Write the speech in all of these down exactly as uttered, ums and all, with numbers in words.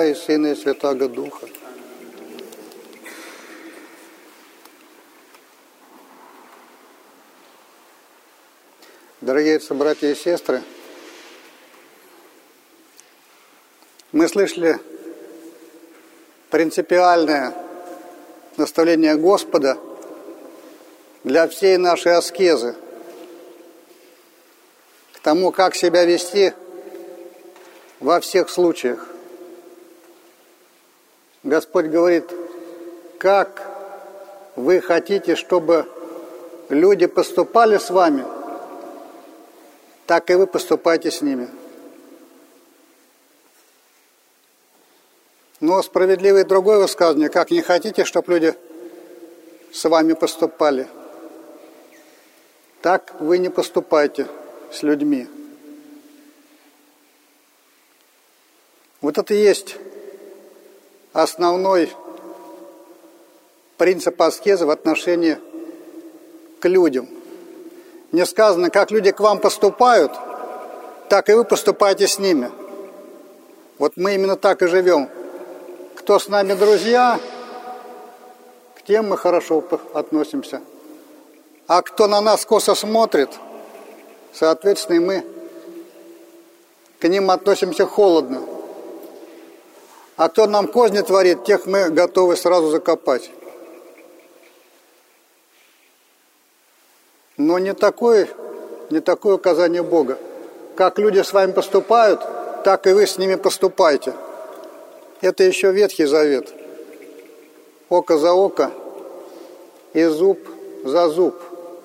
Отца и Сына и Святаго Духа. Дорогие братья и сестры, мы слышали принципиальное наставление Господа для всей нашей аскезы, к тому, как себя вести во всех случаях. Господь говорит, как вы хотите, чтобы люди поступали с вами, так и вы поступайте с ними. Но справедливое другое высказывание, как не хотите, чтобы люди с вами поступали, так вы не поступайте с людьми. Вот это и есть основной принцип аскезы в отношении к людям. Не сказано, как люди к вам поступают, так и вы поступаете с ними. Вот мы именно так и живем. Кто с нами друзья, к тем мы хорошо относимся. А кто на нас косо смотрит, соответственно, и мы к ним относимся холодно. А кто нам козни творит, тех мы готовы сразу закопать. Но не такое, не такое указание Бога. Как люди с вами поступают, так и вы с ними поступайте. Это еще Ветхий Завет. Око за око и зуб за зуб.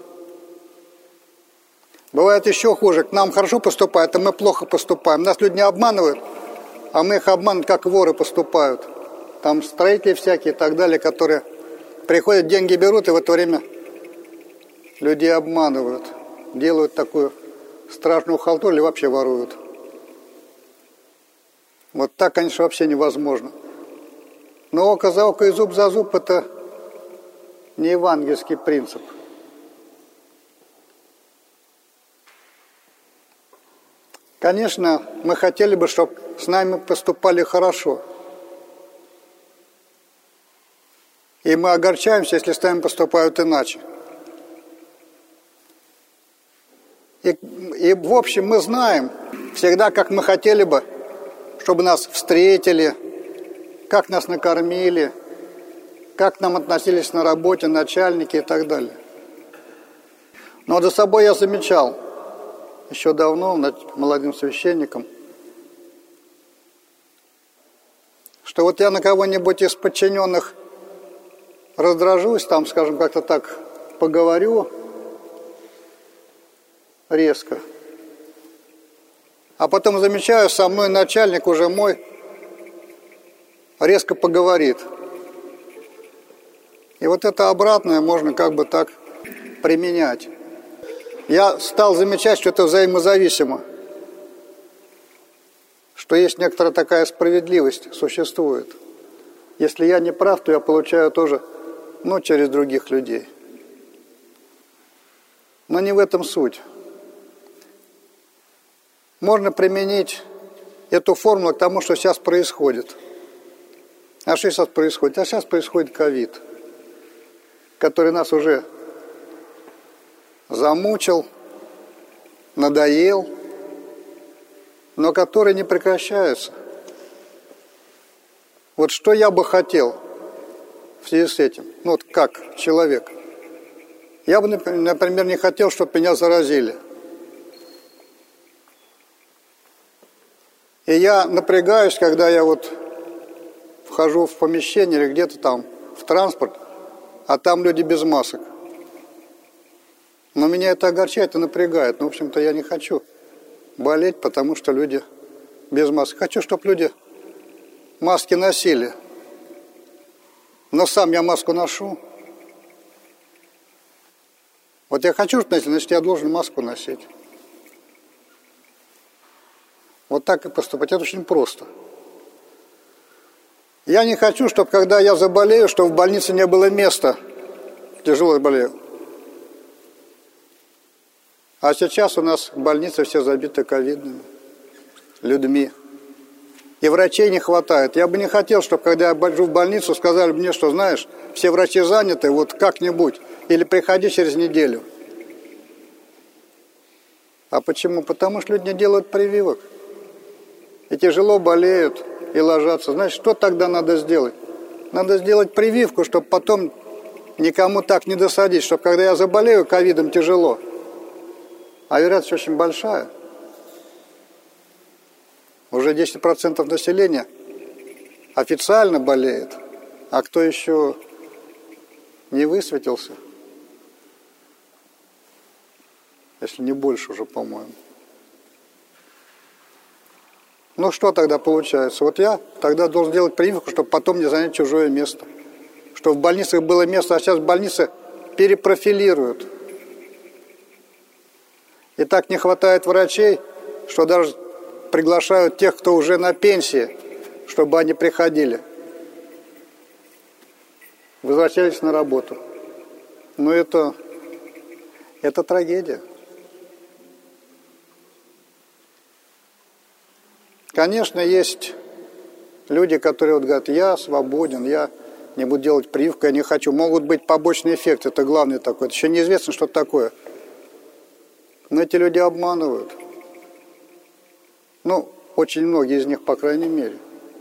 Бывает еще хуже. К нам хорошо поступают, а мы плохо поступаем. Нас люди не обманывают, а мы их обманываем, как воры поступают. Там строители всякие и так далее, которые приходят, деньги берут, и в это время людей обманывают. Делают такую страшную халтуру или вообще воруют. Вот так, конечно, вообще невозможно. Но око за око и зуб за зуб – это не евангельский принцип. Конечно, мы хотели бы, чтобы с нами поступали хорошо. И мы огорчаемся, если с нами поступают иначе. И, и в общем, мы знаем всегда, как мы хотели бы, чтобы нас встретили, как нас накормили, как к нам относились на работе начальники и так далее. Но за собой я замечал, еще давно, молодым священником, что вот я на кого-нибудь из подчиненных раздражусь, там, скажем, как-то так поговорю резко. А потом замечаю, со мной начальник уже мой резко поговорит. И вот это обратное можно как бы так применять. Я стал замечать, что это взаимозависимо. Что есть некоторая такая справедливость, существует. Если я не прав, то я получаю тоже, ну, через других людей. Но не в этом суть. Можно применить эту формулу к тому, что сейчас происходит. А что сейчас происходит? А сейчас происходит ковид, который нас уже замучил, надоел, но который не прекращается. Вот что я бы хотел в связи с этим, ну вот как человек. Я бы, например, не хотел, чтобы меня заразили. И я напрягаюсь, когда я вот вхожу в помещение или где-то там в транспорт, а там люди без масок. Но меня это огорчает и напрягает. Но, в общем-то, я не хочу болеть, потому что люди без масок. Хочу, чтобы люди маски носили. Но сам я маску ношу. Вот я хочу носить, значит, я должен маску носить. Вот так и поступать. Это очень просто. Я не хочу, чтобы, когда я заболею, чтобы в больнице не было места. Тяжело болею. А сейчас у нас больницы все забиты ковидными людьми. И врачей не хватает. Я бы не хотел, чтобы, когда я бежу в больницу, сказали мне, что, знаешь, все врачи заняты, вот как-нибудь, или приходи через неделю. А почему? Потому что люди не делают прививок. И тяжело болеют, и ложатся. Значит, что тогда надо сделать? Надо сделать прививку, чтобы потом никому так не досадить, чтобы когда я заболею ковидом тяжело. А вероятность очень большая. Уже десять процентов населения официально болеет, а кто еще не высветился, если не больше уже, по-моему. Ну что тогда получается? Вот я тогда должен делать прививку, чтобы потом не занять чужое место. Чтобы в больницах было место, а сейчас больницы перепрофилируют. И так не хватает врачей, что даже приглашают тех, кто уже на пенсии, чтобы они приходили. Возвращались на работу. Но это, это трагедия. Конечно, есть люди, которые вот говорят, я свободен, я не буду делать прививку, я не хочу. Могут быть побочные эффекты, это главное такое. Это еще неизвестно, что это такое. Но эти люди обманывают. Ну, очень многие из них, по крайней мере.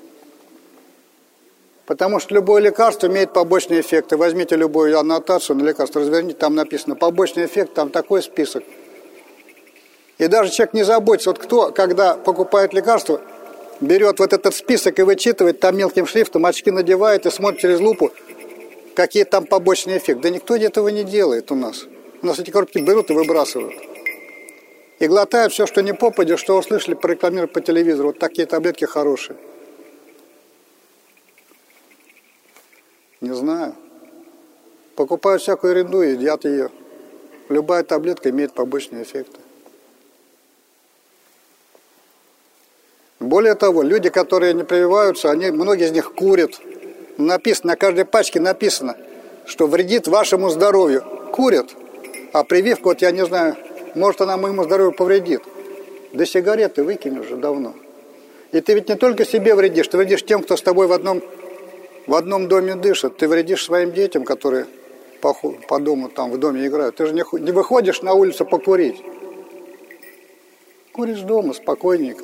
Потому что любое лекарство имеет побочные эффекты. Возьмите любую аннотацию на лекарство, разверните, там написано побочный эффект, там такой список. И даже человек не заботится, вот кто, когда покупает лекарство, берет вот этот список и вычитывает там мелким шрифтом, очки надевает и смотрит через лупу, какие там побочные эффекты. Да никто этого не делает у нас. У нас эти коробки берут и выбрасывают. И глотают все, что не попадя, что услышали, порекламировать по телевизору. Вот такие таблетки хорошие. Не знаю. Покупают всякую ерунду и едят ее. Любая таблетка имеет побочные эффекты. Более того, люди, которые не прививаются, они, многие из них курят. Написано, на каждой пачке написано, что вредит вашему здоровью. Курят. А прививка, вот я не знаю, может, она моему здоровью повредит. Да сигареты выкинь уже давно. И ты ведь не только себе вредишь, ты вредишь тем, кто с тобой в одном, в одном доме дышит. Ты вредишь своим детям, которые по, по дому там в доме играют. Ты же не, не выходишь на улицу покурить. Куришь дома спокойненько.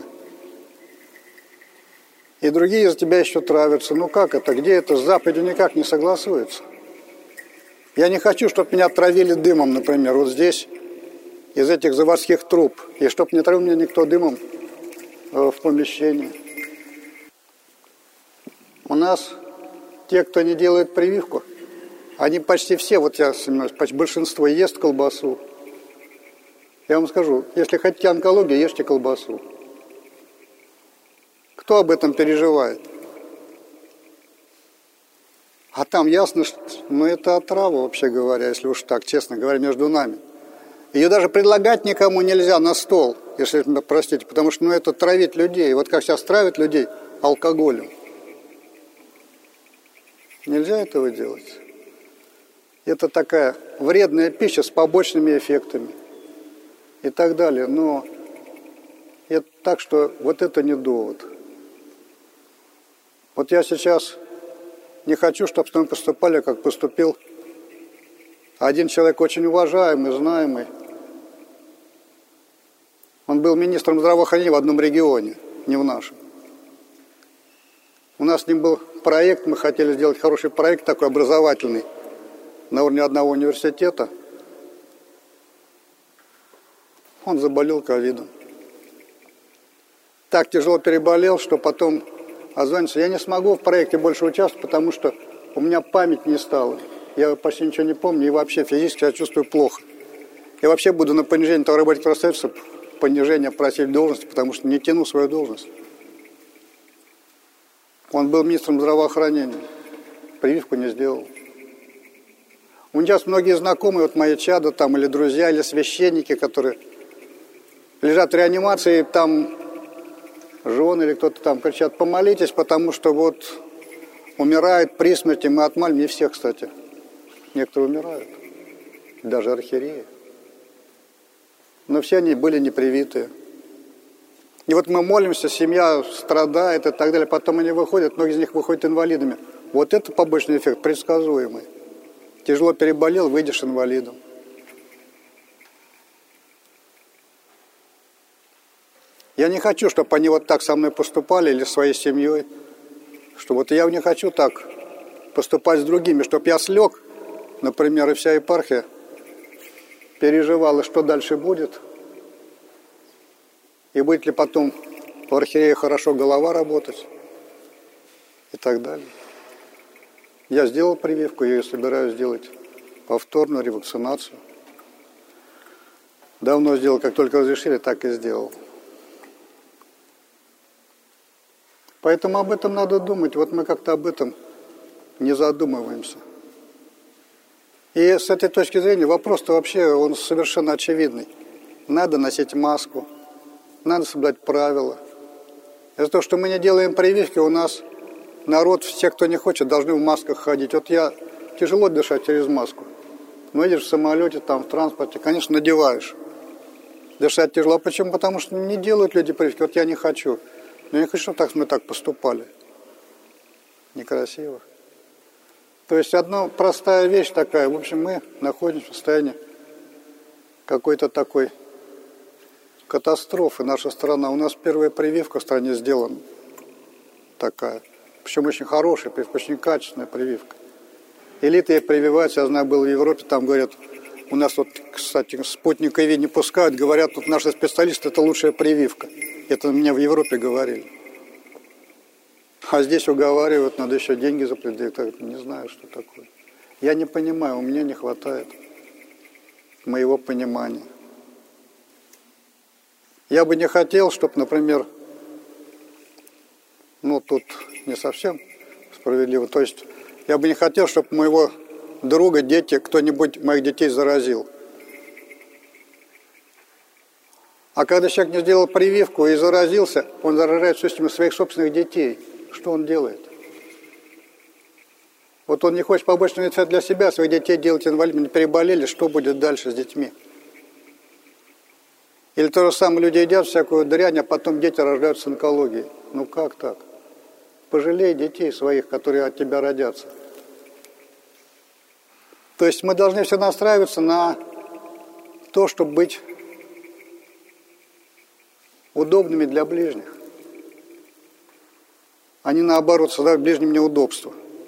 И другие за тебя еще травятся. Ну как это? Где это? С заповедью никак не согласуется. Я не хочу, чтобы меня травили дымом, например, вот здесь, из этих заводских труб. И чтобы не травил меня никто дымом в помещении. У нас те, кто не делает прививку, они почти все, вот я сомневаюсь, почти большинство ест колбасу. Я вам скажу, если хотите онкологию, ешьте колбасу. Кто об этом переживает? А там ясно, что ну, это отрава, вообще говоря, если уж так, честно говоря, между нами. Ее даже предлагать никому нельзя на стол, если, простите, потому что ну, это травить людей. Вот как сейчас травят людей алкоголем. Нельзя этого делать. Это такая вредная пища с побочными эффектами и так далее. Но это так, что вот это не довод. Вот я сейчас не хочу, чтобы с нами поступали, как поступил один человек очень уважаемый, знаемый. Он был министром здравоохранения в одном регионе, не в нашем. У нас с ним был проект, мы хотели сделать хороший проект такой образовательный на уровне одного университета. Он заболел ковидом. Так тяжело переболел, что потом озвонился. Я не смогу в проекте больше участвовать, потому что у меня память не стала. Я почти ничего не помню и вообще физически себя чувствую плохо. Я вообще буду на понижение товарооборотных процессов, понижение просить должности, потому что не тяну свою должность. Он был министром здравоохранения. Прививку не сделал. У меня сейчас многие знакомые, вот мои чада там, или друзья, или священники, которые лежат в реанимации, там жены или кто-то там кричат, помолитесь, потому что вот умирает при смерти, мы отмолим, не все, кстати. Некоторые умирают, даже архиереи. Но все они были не привитые. И вот мы молимся, семья страдает и так далее, потом они выходят, многие из них выходят инвалидами. Вот это побочный эффект, предсказуемый. Тяжело переболел, выйдешь инвалидом. Я не хочу, чтобы они вот так со мной поступали или своей семьей. Что вот я не хочу так поступать с другими, чтобы я слег, например, и вся епархия переживала, что дальше будет. И будет ли потом у архиерея хорошо голова работать и так далее. Я сделал прививку, я ее собираюсь сделать повторную ревакцинацию. Давно сделал, как только разрешили, так и сделал. Поэтому об этом надо думать. Вот мы как-то об этом не задумываемся. И с этой точки зрения вопрос-то вообще, он совершенно очевидный. Надо носить маску, надо соблюдать правила. Из-за того, что мы не делаем прививки, у нас народ, все, кто не хочет, должны в масках ходить. Вот я тяжело дышать через маску. Но едешь в самолете, там, в транспорте, конечно, надеваешь. Дышать тяжело. Почему? Потому что не делают люди прививки. Вот я не хочу. Но я не хочу, чтобы так, мы так поступали. Некрасиво. То есть одна простая вещь такая. В общем, мы находимся в состоянии какой-то такой катастрофы. Наша страна. У нас первая прививка в стране сделана такая. Причем очень хорошая прививка, очень качественная прививка. Элиты прививаются, я знаю, был в Европе, там говорят, у нас вот, кстати, спутник ИВИ не пускают, говорят, тут наши специалисты, это лучшая прививка. Это мне в Европе говорили. А здесь уговаривают, надо еще деньги заплатить. Не знаю, что такое. Я не понимаю, у меня не хватает моего понимания. Я бы не хотел, чтобы, например, ну тут не совсем справедливо, то есть я бы не хотел, чтобы моего друга, дети, кто-нибудь моих детей заразил. А когда человек не сделал прививку и заразился, он заражает всю систему своих собственных детей. Что он делает? Вот он не хочет побочного эффекта для себя, своих детей делать инвалидами, не переболели, что будет дальше с детьми? Или то же самое, люди едят всякую дрянь, а потом дети рождаются с онкологией. Ну как так? Пожалей детей своих, которые от тебя родятся. То есть мы должны все настраиваться на то, чтобы быть удобными для ближних, а не наоборот создавать ближним неудобства.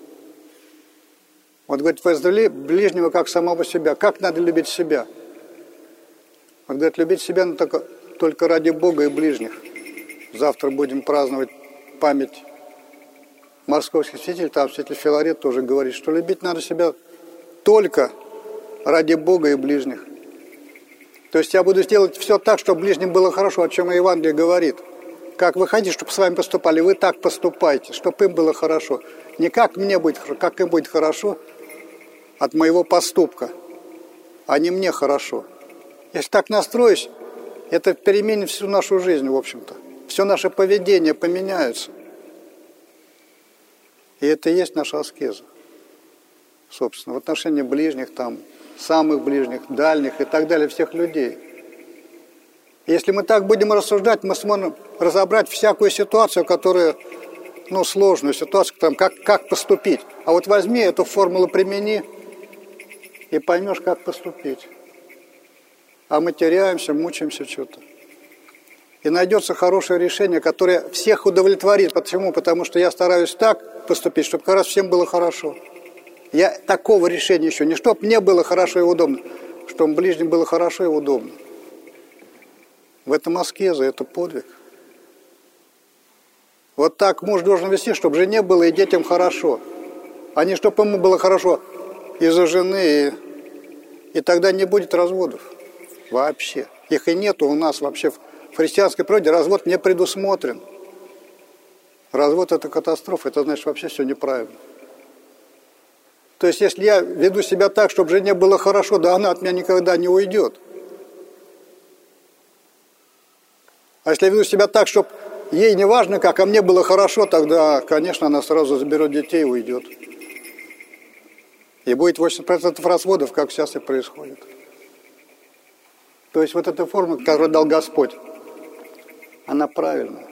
Вот говорит, возлюби ближнего как самого себя. Как надо любить себя? Вот говорит, любить себя но только, только ради Бога и ближних. Завтра будем праздновать память московских святителей, там святитель Филарет тоже говорит, что любить надо себя только ради Бога и ближних. То есть я буду делать все так, чтобы ближним было хорошо, о чем и Евангелие говорит. Как вы хотите, чтобы с вами поступали, вы так поступайте, чтобы им было хорошо. Не как мне будет хорошо, как им будет хорошо от моего поступка, а не мне хорошо. Если так настроюсь, это переменит всю нашу жизнь, в общем-то. Все наше поведение поменяется. И это и есть наша аскеза. Собственно, в отношении ближних, там, самых ближних, дальних и так далее, всех людей. Если мы так будем рассуждать, мы сможем разобрать всякую ситуацию, которая, ну, сложную ситуацию, там, как, как поступить. А вот возьми эту формулу, примени, и поймешь, как поступить. А мы теряемся, мучаемся что-то. И найдется хорошее решение, которое всех удовлетворит. Почему? Потому что я стараюсь так поступить, чтобы как раз всем было хорошо. Я такого решения еще не, чтобы мне было хорошо и удобно, чтобы ближним было хорошо и удобно. В этом аскеза, это подвиг. Вот так муж должен вести, чтобы жене было и детям хорошо. А не чтобы ему было хорошо из-за жены, и, и тогда не будет разводов. Вообще. Их и нету у нас вообще в христианской природе. Развод не предусмотрен. Развод – это катастрофа, это значит вообще все неправильно. То есть, если я веду себя так, чтобы жене было хорошо, да она от меня никогда не уйдет. А если я веду себя так, чтобы ей не важно как, а мне было хорошо, тогда, конечно, она сразу заберет детей и уйдет. И будет восемьдесят процентов разводов, как сейчас и происходит. То есть, вот эта форма, которую дал Господь. она правильная.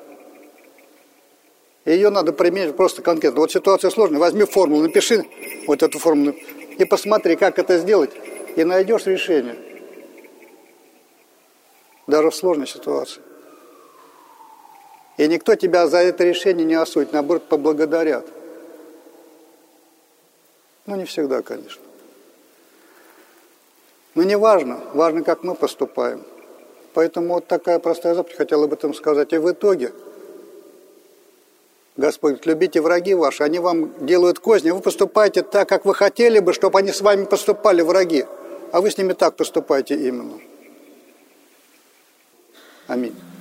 И ее надо применить просто конкретно. Вот ситуация сложная, возьми формулу, напиши вот эту формулу и посмотри, как это сделать, и найдешь решение. Даже в сложной ситуации. И никто тебя за это решение не осудит, наоборот, поблагодарят. Ну, не всегда, конечно. Но не важно, важно, как мы поступаем. Поэтому вот такая простая заповедь, хотел об этом сказать. И в итоге, Господь, любите враги ваши, они вам делают козни, вы поступаете так, как вы хотели бы, чтобы они с вами поступали, враги. А вы с ними так поступаете именно. Аминь.